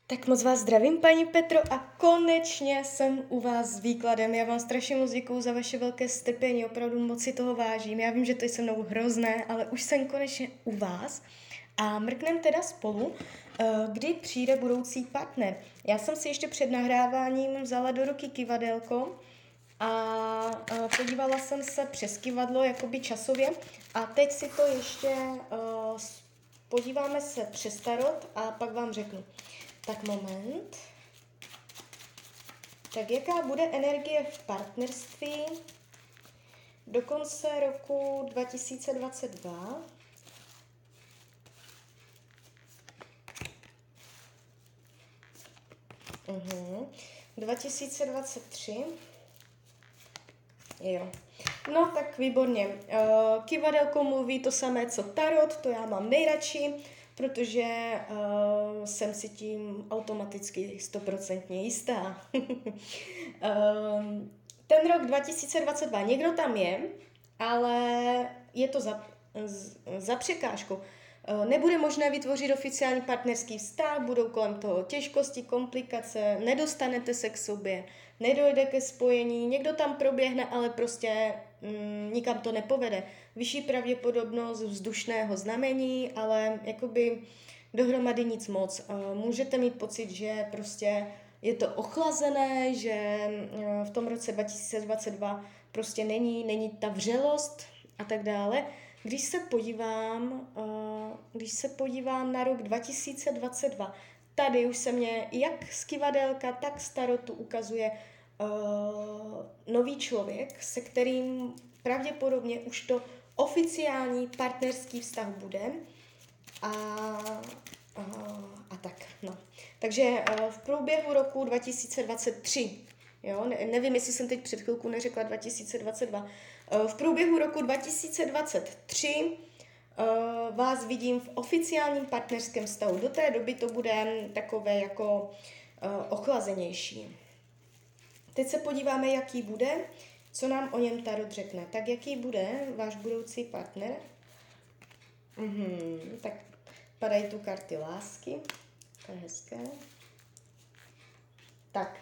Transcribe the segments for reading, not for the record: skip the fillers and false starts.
Tak moc vás zdravím, paní Petro, a konečně jsem u vás s výkladem. Já vám strašně moc děkuju za vaše velké strpení, opravdu moc si toho vážím. Já vím, že to je se mnou hrozné, ale už jsem konečně u vás a mrknem teda spolu, kdy přijde budoucí partner. Já jsem si ještě před nahráváním vzala do ruky kyvadelko a podívala jsem se přes kyvadlo jakoby časově a teď si to ještě podíváme se přes tarot a pak vám řeknu. Tak moment. Tak jaká bude energie v partnerství do konce roku 2022? 2023. Jo. No tak výborně. Kyvadelko mluví to samé, co tarot, to já mám nejradši, protože jsem si tím automaticky 100% jistá. Ten rok 2022, někdo tam je, ale je to za překážkou. Nebude možné vytvořit oficiální partnerský vztah, budou kolem toho těžkosti, komplikace, nedostanete se k sobě, nedojde ke spojení, někdo tam proběhne, ale prostě nikam to nepovede. Vyšší pravděpodobnost vzdušného znamení, ale jakoby dohromady nic moc. Můžete mít pocit, že prostě je to ochlazené, že v tom roce 2022 prostě není ta vřelost a tak dále. Když se podívám na rok 2022, tady už se mě jak z kyvadelka, tak z tarotu ukazuje nový člověk, se kterým pravděpodobně už to oficiální partnerský vztah bude. A tak, no. Takže v průběhu roku 2023, jo, nevím, jestli jsem teď před chvilku neřekla 2022, v průběhu roku 2023 vás vidím v oficiálním partnerském vztahu. Do té doby to bude takové jako ochlazenější. Teď se podíváme, jaký bude, co nám o něm tarot řekne. Tak jaký bude váš budoucí partner? Tak padají tu karty lásky. To je hezké. Tak.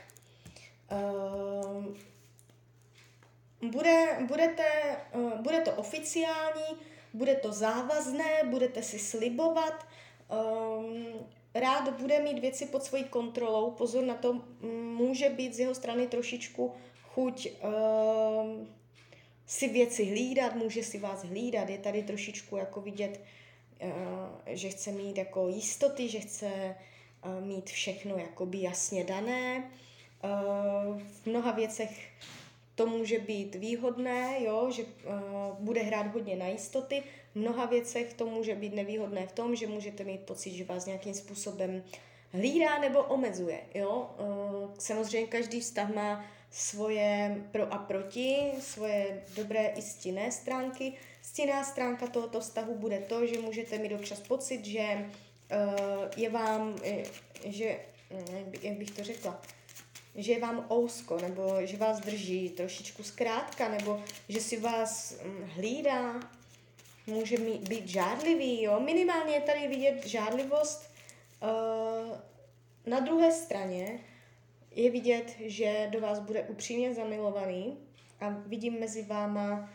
Bude to oficiální, bude to závazné, budete si slibovat, rád bude mít věci pod svojí kontrolou, pozor na to, může být z jeho strany trošičku chuť si věci hlídat, může si vás hlídat, je tady trošičku jako vidět, že chce mít jako jistoty, že chce mít všechno jakoby jasně dané, v mnoha věcech to může být výhodné, jo, že bude hrát hodně na jistoty. V mnoha věcech to může být nevýhodné v tom, že můžete mít pocit, že vás nějakým způsobem hlídá nebo omezuje. Jo. Samozřejmě každý vztah má svoje pro a proti, svoje dobré i stinné stránky. Stinná stránka tohoto vztahu bude to, že můžete mít občas pocit, že je vám, jak bych to řekla, že je vám ousko, nebo že vás drží trošičku zkrátka, nebo že si vás hlídá, může být žárlivý, jo. Minimálně je tady vidět žárlivost. Na druhé straně je vidět, že do vás bude upřímně zamilovaný a vidím mezi váma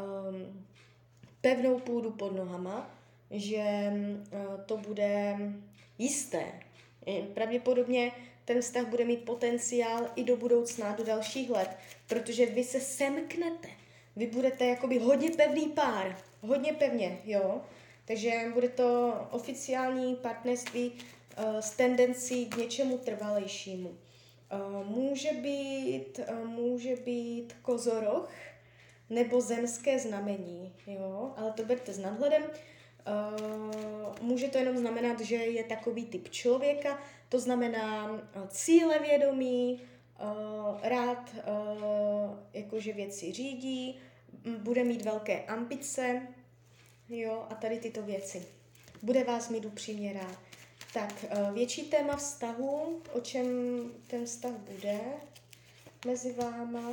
pevnou půdu pod nohama, že to bude jisté. Pravděpodobně ten vztah bude mít potenciál i do budoucna, do dalších let, protože vy se semknete. Vy budete jakoby hodně pevný pár, hodně pevně, jo. Takže bude to oficiální partnerství s tendencí k něčemu trvalejšímu. Může být kozoroch nebo zemské znamení, jo, ale to berte s nadhledem. Může to jenom znamenat, že je takový typ člověka, to znamená cílevědomý, rád jakože věci řídí, bude mít velké ambice, jo, a tady tyto věci. Bude vás mít upřímně rád. Tak, větší téma vztahu, o čem ten vztah bude mezi váma.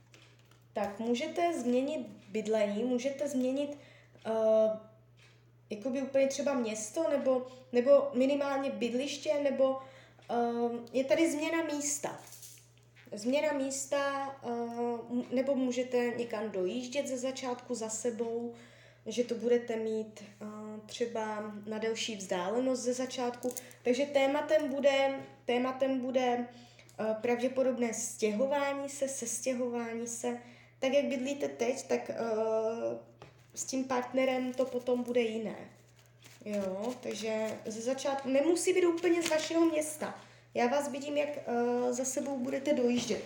Tak, můžete změnit bydlení, můžete změnit jakoby úplně třeba město, nebo minimálně bydliště, nebo je tady změna místa. Změna místa, nebo můžete někam dojíždět ze začátku za sebou, že to budete mít třeba na delší vzdálenost ze začátku. Takže tématem bude pravděpodobné sestěhování se. Tak jak bydlíte teď, tak s tím partnerem to potom bude jiné. Jo, takže ze začátku nemusí být úplně z vašeho města. Já vás vidím, jak za sebou budete dojíždět.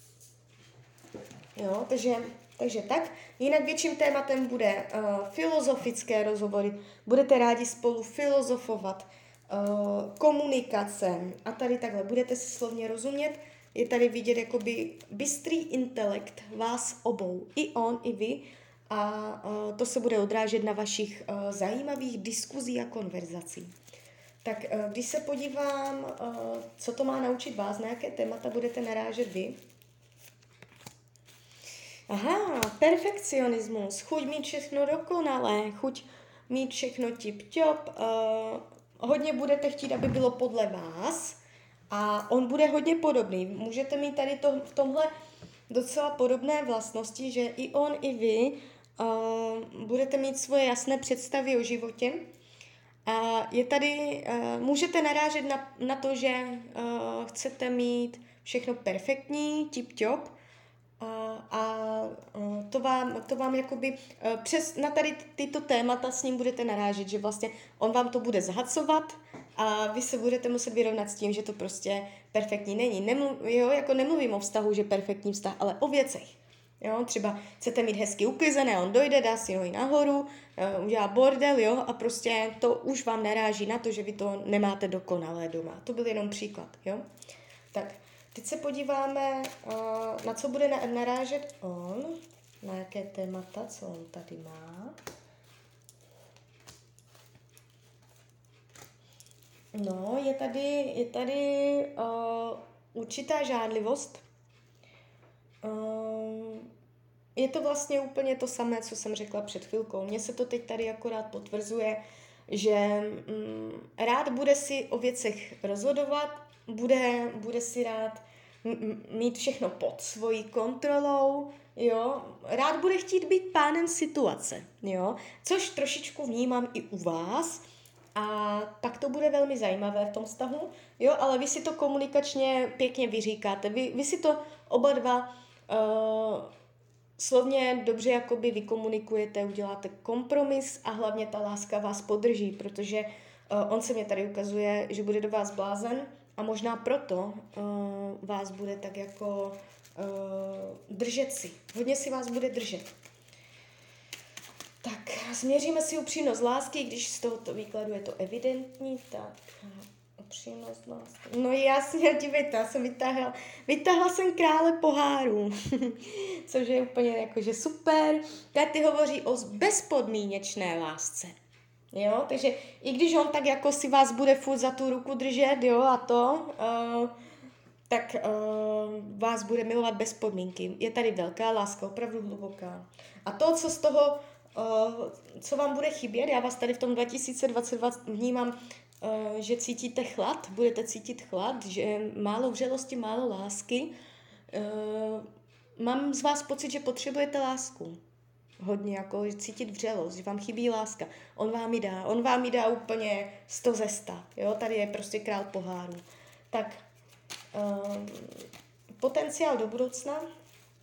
Jo, takže tak. Jinak větším tématem bude filozofické rozhovory. Budete rádi spolu filozofovat, komunikace a tady takhle. Budete si slovně rozumět. Je tady vidět jakoby bystrý intelekt vás obou. I on, i vy. A to se bude odrážet na vašich zajímavých diskuzí a konverzací. Tak když se podívám, co to má naučit vás, na jaké témata budete narážet vy. Aha, perfekcionismus, chuť mít všechno dokonalé, chuť mít všechno tip-top, hodně budete chtít, aby bylo podle vás a on bude hodně podobný. Můžete mít tady v tomhle docela podobné vlastnosti, že i on, i vy budete mít svoje jasné představy o životě. A je tady, můžete narážet na to, že chcete mít všechno perfektní, tip-top, a to vám jakoby přes na tady tyto témata s ním budete narážet, že vlastně on vám to bude zhacovat a vy se budete muset vyrovnat s tím, že to prostě perfektní není. Nemluvím o vztahu, že perfektní vztah, ale o věcech. Jo, třeba chcete mít hezky uklizené, on dojde, dá si nohy nahoru, udělá bordel, jo, a prostě to už vám naráží na to, že vy to nemáte dokonalé doma. To byl jenom příklad, jo. Tak, teď se podíváme, na co bude narážet on, na jaké témata, co on tady má. No, je tady určitá žádlivost. Je to vlastně úplně to samé, co jsem řekla před chvilkou. Mně se to teď tady akorát potvrzuje, že rád bude si o věcech rozhodovat, bude si rád mít všechno pod svojí kontrolou, jo. Rád bude chtít být pánem situace, jo. Což trošičku vnímám i u vás. A tak to bude velmi zajímavé v tom vztahu, jo, ale vy si to komunikačně pěkně vyříkáte. Vy si to oba dva slovně dobře jakoby vykomunikujete, uděláte kompromis a hlavně ta láska vás podrží, protože on se mě tady ukazuje, že bude do vás blázen a možná proto vás bude tak jako držet si. Hodně si vás bude držet. Tak, změříme si upřímnost lásky, když z tohoto výkladu je to evidentní, tak upřímnost lásky. No jasně, dívejte, já jsem vytáhla jsem krále pohárů, což je úplně jakože super. Karty hovoří o bezpodmínečné lásce, jo, takže i když on tak jako si vás bude furt za tu ruku držet, jo, a to, tak vás bude milovat bez podmínky. Je tady velká láska, opravdu hluboká. A to, co z toho co vám bude chybět, já vás tady v tom 2022 vnímám, že cítíte chlad, budete cítit chlad, že málo vřelosti, málo lásky. Mám z vás pocit, že potřebujete lásku. Hodně, jako cítit vřelost, že vám chybí láska. On vám ji dá úplně 100 ze 100. Jo? Tady je prostě král pohárů. Tak, potenciál do budoucna.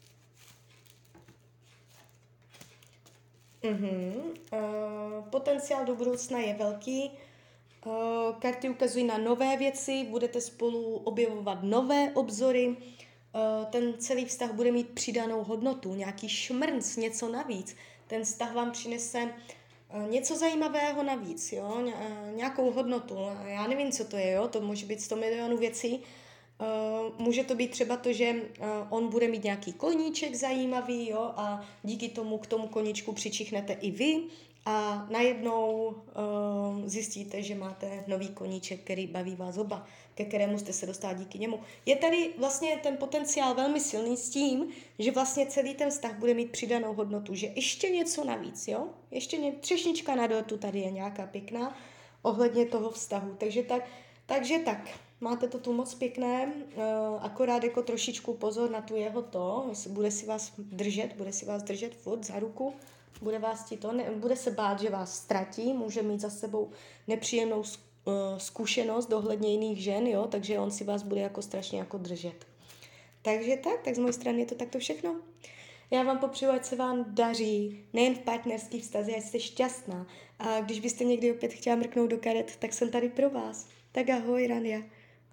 Potenciál do budoucna je velký. Karty ukazují na nové věci, budete spolu objevovat nové obzory. Ten celý vztah bude mít přidanou hodnotu, nějaký šmrnc, něco navíc. Ten vztah vám přinese něco zajímavého navíc, jo? Nějakou hodnotu. Já nevím, co to je, jo? To může být 100 milionů věcí. Může to být třeba to, že on bude mít nějaký koníček zajímavý, jo, a díky tomu k tomu koníčku přičichnete i vy, a najednou zjistíte, že máte nový koníček, který baví vás oba, ke kterému jste se dostali díky němu. Je tady vlastně ten potenciál velmi silný s tím, že vlastně celý ten vztah bude mít přidanou hodnotu, že ještě něco navíc, jo? Třešnička na dortu tady je nějaká pěkná ohledně toho vztahu. Takže tak, máte to tu moc pěkné, akorát jako trošičku pozor na tu jeho bude si vás držet furt za ruku, bude se bát, že vás ztratí, může mít za sebou nepříjemnou zkušenost dohledně jiných žen, jo, takže on si vás bude jako strašně jako držet. Takže tak z mojej strany je to takto všechno. Já vám popřeju, ať se vám daří, nejen v partnerských vztazích, ať jste šťastná. A když byste někdy opět chtěla mrknout do karet, tak jsem tady pro vás. Tak ahoj, Rania.